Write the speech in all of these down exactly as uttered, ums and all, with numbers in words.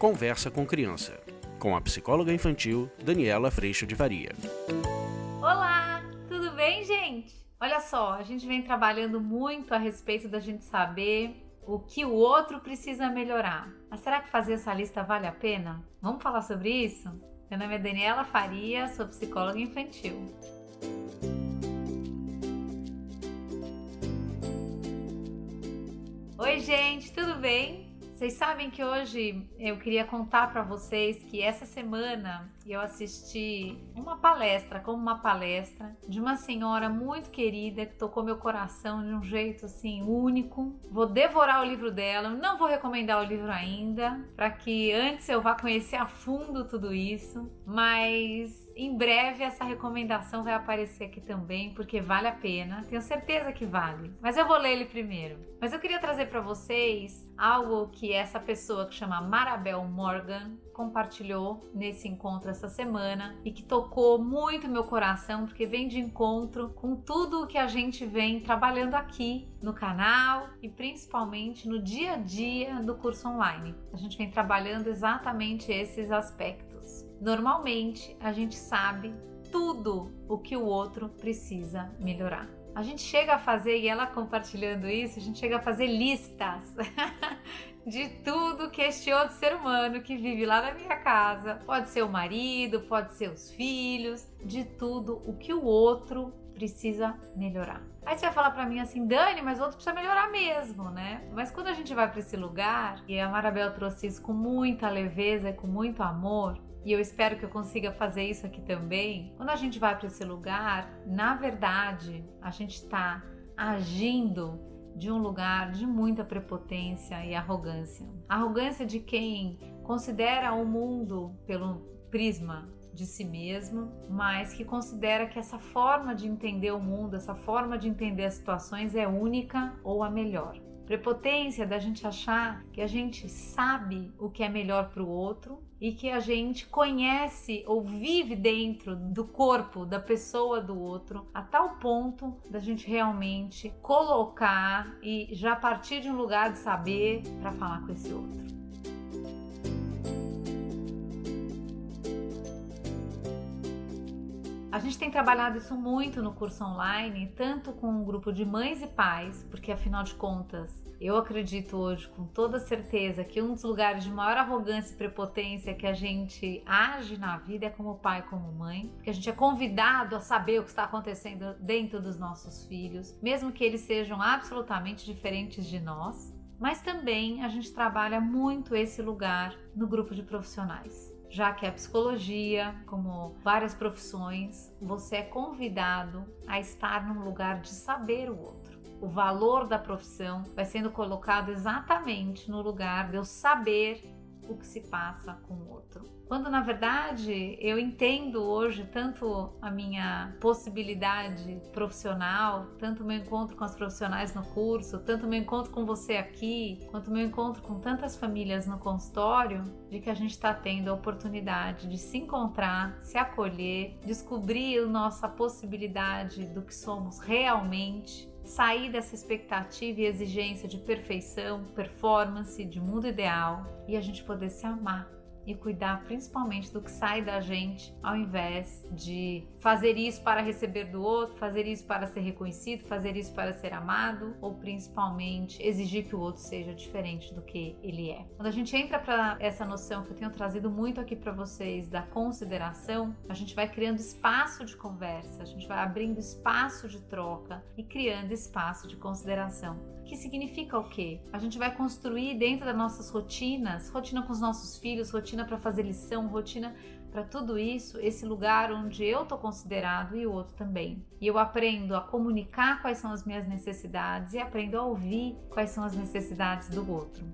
Conversa com Criança, com a psicóloga infantil Daniela Freixo de Varia. Olá, tudo bem, gente? Olha só, a gente vem trabalhando muito a respeito da gente saber o que o outro precisa melhorar. Mas será que fazer essa lista vale a pena? Vamos falar sobre isso? Meu nome é Daniela Faria, sou psicóloga infantil. Oi, gente, tudo bem? Vocês sabem que hoje eu queria contar para vocês que essa semana eu assisti uma palestra, como uma palestra, de uma senhora muito querida que tocou meu coração de um jeito assim único. Vou devorar o livro dela, não vou recomendar o livro ainda, para que antes eu vá conhecer a fundo tudo isso, mas em breve essa recomendação vai aparecer aqui também, porque vale a pena, tenho certeza que vale. Mas eu vou ler ele primeiro. Mas eu queria trazer para vocês algo que essa pessoa que chama Marabel Morgan compartilhou nesse encontro essa semana e que tocou muito meu coração, porque vem de encontro com tudo o que a gente vem trabalhando aqui no canal e principalmente no dia a dia do curso online. A gente vem trabalhando exatamente esses aspectos. Normalmente a gente sabe tudo o que o outro precisa melhorar. A gente chega a fazer, e ela compartilhando isso, a gente chega a fazer listas de tudo que este outro ser humano que vive lá na minha casa, pode ser o marido, pode ser os filhos, de tudo o que o outro precisa melhorar. Aí você vai falar pra mim assim, Dani, mas o outro precisa melhorar mesmo, né? Mas quando a gente vai pra esse lugar, e a Marabel trouxe isso com muita leveza e com muito amor, e eu espero que eu consiga fazer isso aqui também. Quando a gente vai para esse lugar, na verdade, a gente está agindo de um lugar de muita prepotência e arrogância. Arrogância de quem considera o mundo pelo prisma de si mesmo, mas que considera que essa forma de entender o mundo, essa forma de entender as situações é única ou a melhor. Prepotência da gente achar que a gente sabe o que é melhor para o outro e que a gente conhece ou vive dentro do corpo da pessoa do outro a tal ponto da gente realmente colocar e já partir de um lugar de saber para falar com esse outro. A gente tem trabalhado isso muito no curso online, tanto com um grupo de mães e pais, porque afinal de contas, eu acredito hoje com toda certeza que um dos lugares de maior arrogância e prepotência que a gente age na vida é como pai e como mãe, porque a gente é convidado a saber o que está acontecendo dentro dos nossos filhos, mesmo que eles sejam absolutamente diferentes de nós, mas também a gente trabalha muito esse lugar no grupo de profissionais. Já que a psicologia, como várias profissões, você é convidado a estar num lugar de saber o outro. O valor da profissão vai sendo colocado exatamente no lugar de eu saber o que se passa com o outro. Quando na verdade eu entendo hoje tanto a minha possibilidade profissional, tanto o meu encontro com as profissionais no curso, tanto o meu encontro com você aqui, quanto o meu encontro com tantas famílias no consultório, de que a gente está tendo a oportunidade de se encontrar, se acolher, descobrir a nossa possibilidade do que somos realmente, sair dessa expectativa e exigência de perfeição, performance, de mundo ideal e a gente poder se amar e cuidar principalmente do que sai da gente, ao invés de fazer isso para receber do outro, fazer isso para ser reconhecido, fazer isso para ser amado ou principalmente exigir que o outro seja diferente do que ele é. Quando a gente entra para essa noção que eu tenho trazido muito aqui para vocês da consideração, a gente vai criando espaço de conversa, a gente vai abrindo espaço de troca e criando espaço de consideração. Que significa o quê? A gente vai construir dentro das nossas rotinas, rotina com os nossos filhos, rotina para fazer lição, rotina para tudo isso, esse lugar onde eu tô considerado e o outro também. E eu aprendo a comunicar quais são as minhas necessidades e aprendo a ouvir quais são as necessidades do outro.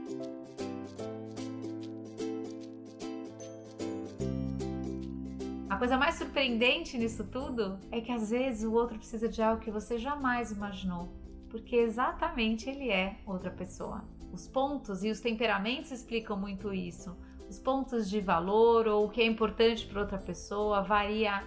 A coisa mais surpreendente nisso tudo é que às vezes o outro precisa de algo que você jamais imaginou, porque exatamente ele é outra pessoa. Os pontos e os temperamentos explicam muito isso. Os pontos de valor ou o que é importante para outra pessoa varia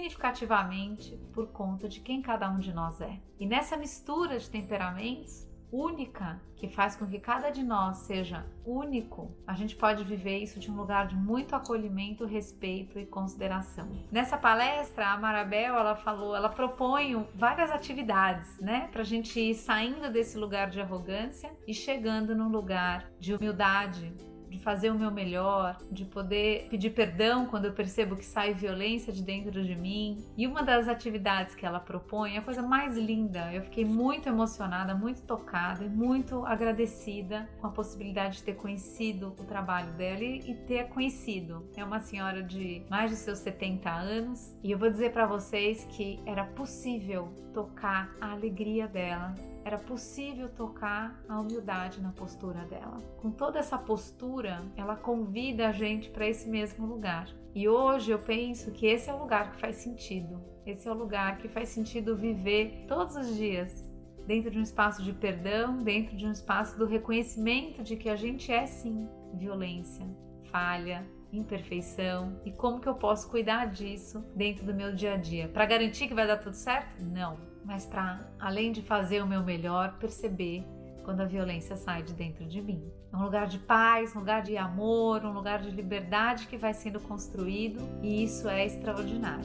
significativamente por conta de quem cada um de nós é. E nessa mistura de temperamentos, única, que faz com que cada de nós seja único, a gente pode viver isso de um lugar de muito acolhimento, respeito e consideração. Nessa palestra, a Marabel, ela falou, ela propõe várias atividades, né, pra gente ir saindo desse lugar de arrogância e chegando num lugar de humildade, de fazer o meu melhor, de poder pedir perdão quando eu percebo que sai violência de dentro de mim. E uma das atividades que ela propõe é a coisa mais linda. Eu fiquei muito emocionada, muito tocada e muito agradecida com a possibilidade de ter conhecido o trabalho dela e ter conhecido. É uma senhora de mais de seus setenta anos e eu vou dizer para vocês que era possível tocar a alegria dela. Era possível tocar a humildade na postura dela. Com toda essa postura, ela convida a gente para esse mesmo lugar. E hoje eu penso que esse é o lugar que faz sentido. Esse é o lugar que faz sentido viver todos os dias, dentro de um espaço de perdão, dentro de um espaço do reconhecimento de que a gente é sim violência, falha, imperfeição. E como que eu posso cuidar disso dentro do meu dia a dia? Para garantir que vai dar tudo certo? Não. Mas para, além de fazer o meu melhor, perceber quando a violência sai de dentro de mim. É um lugar de paz, um lugar de amor, um lugar de liberdade que vai sendo construído e isso é extraordinário.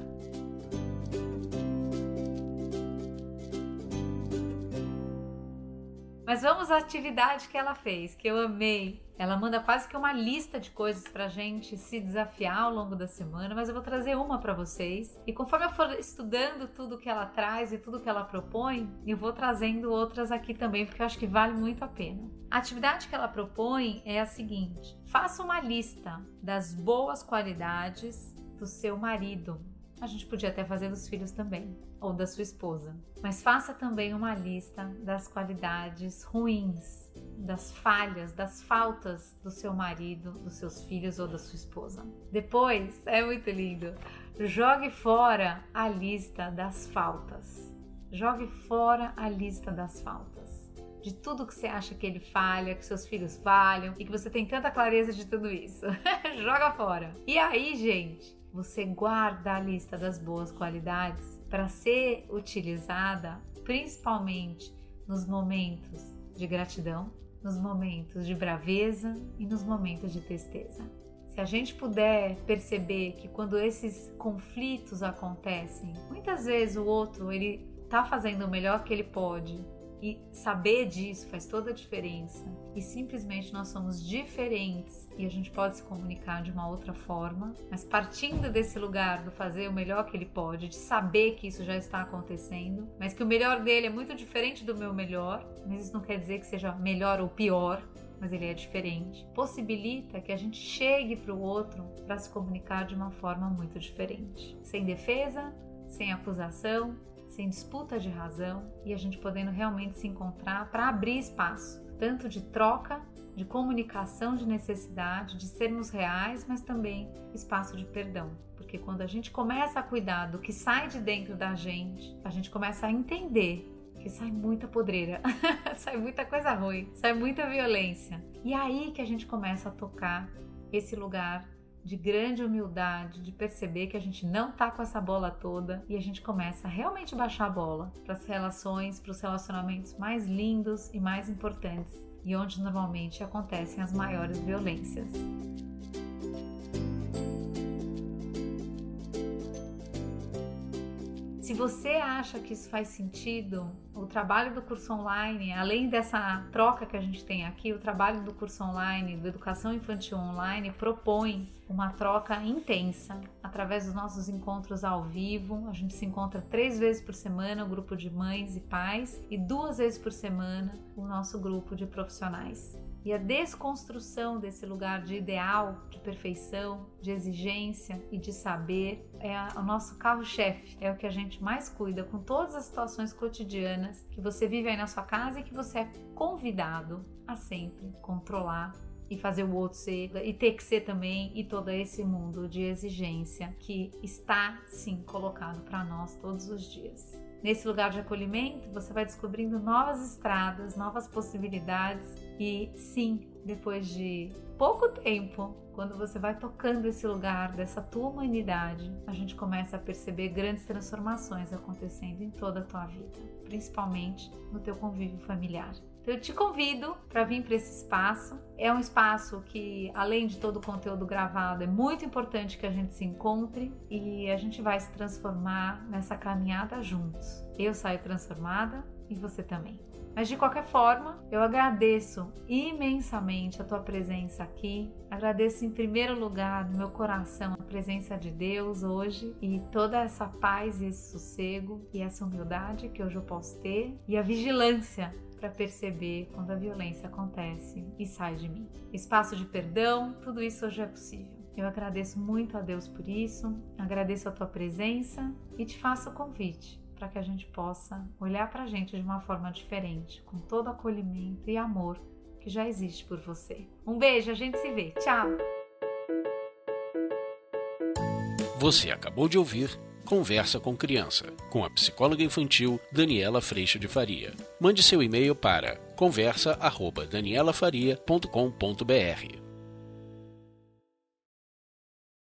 Mas vamos à atividade que ela fez, que eu amei. Ela manda quase que uma lista de coisas pra gente se desafiar ao longo da semana, mas eu vou trazer uma pra vocês. E conforme eu for estudando tudo que ela traz e tudo que ela propõe, eu vou trazendo outras aqui também, porque eu acho que vale muito a pena. A atividade que ela propõe é a seguinte: faça uma lista das boas qualidades do seu marido. A gente podia até fazer dos filhos também, ou da sua esposa. Mas faça também uma lista das qualidades ruins, das falhas, das faltas do seu marido, dos seus filhos ou da sua esposa. Depois, é muito lindo, jogue fora a lista das faltas. Jogue fora a lista das faltas. De tudo que você acha que ele falha, que seus filhos falham e que você tem tanta clareza de tudo isso. Joga fora. E aí, gente, você guarda a lista das boas qualidades para ser utilizada principalmente nos momentos de gratidão, nos momentos de braveza e nos momentos de tristeza. Se a gente puder perceber que quando esses conflitos acontecem, muitas vezes o outro ele está fazendo o melhor que ele pode e saber disso faz toda a diferença e simplesmente nós somos diferentes e a gente pode se comunicar de uma outra forma, mas partindo desse lugar do fazer o melhor que ele pode, de saber que isso já está acontecendo, mas que o melhor dele é muito diferente do meu melhor, mas isso não quer dizer que seja melhor ou pior, mas ele é diferente, possibilita que a gente chegue para o outro para se comunicar de uma forma muito diferente, sem defesa, sem acusação, sem disputa de razão e a gente podendo realmente se encontrar para abrir espaço, tanto de troca, de comunicação de necessidade, de sermos reais, mas também espaço de perdão. Porque quando a gente começa a cuidar do que sai de dentro da gente, a gente começa a entender que sai muita podreira, sai muita coisa ruim, sai muita violência. E é aí que a gente começa a tocar esse lugar de grande humildade, de perceber que a gente não tá com essa bola toda e a gente começa a realmente baixar a bola para as relações, para os relacionamentos mais lindos e mais importantes e onde normalmente acontecem as maiores violências. Se você acha que isso faz sentido, o trabalho do curso online, além dessa troca que a gente tem aqui, o trabalho do curso online, do Educação Infantil Online, propõe uma troca intensa através dos nossos encontros ao vivo. A gente se encontra três vezes por semana, o grupo de mães e pais, e duas vezes por semana, o nosso grupo de profissionais. E a desconstrução desse lugar de ideal, de perfeição, de exigência e de saber é o nosso carro-chefe, é o que a gente mais cuida com todas as situações cotidianas que você vive aí na sua casa e que você é convidado a sempre controlar e fazer o outro ser, e ter que ser também, e todo esse mundo de exigência que está, sim, colocado para nós todos os dias. Nesse lugar de acolhimento, você vai descobrindo novas estradas, novas possibilidades e, sim, depois de pouco tempo, quando você vai tocando esse lugar dessa tua humanidade, a gente começa a perceber grandes transformações acontecendo em toda a tua vida, principalmente no teu convívio familiar. Então eu te convido para vir para esse espaço. É um espaço que, além de todo o conteúdo gravado, é muito importante que a gente se encontre e a gente vai se transformar nessa caminhada juntos. Eu saio transformada e você também. Mas de qualquer forma, eu agradeço imensamente a tua presença aqui. Agradeço em primeiro lugar, no meu coração, a presença de Deus hoje e toda essa paz e esse sossego e essa humildade que hoje eu posso ter e a vigilância para perceber quando a violência acontece e sai de mim. Espaço de perdão, tudo isso hoje é possível. Eu agradeço muito a Deus por isso, agradeço a tua presença e te faço o convite para que a gente possa olhar para a gente de uma forma diferente, com todo acolhimento e amor que já existe por você. Um beijo, a gente se vê. Tchau! Você acabou de ouvir Conversa com Criança, com a psicóloga infantil Daniela Freixo de Faria. Mande seu e-mail para conversa arroba daniela faria ponto com ponto br.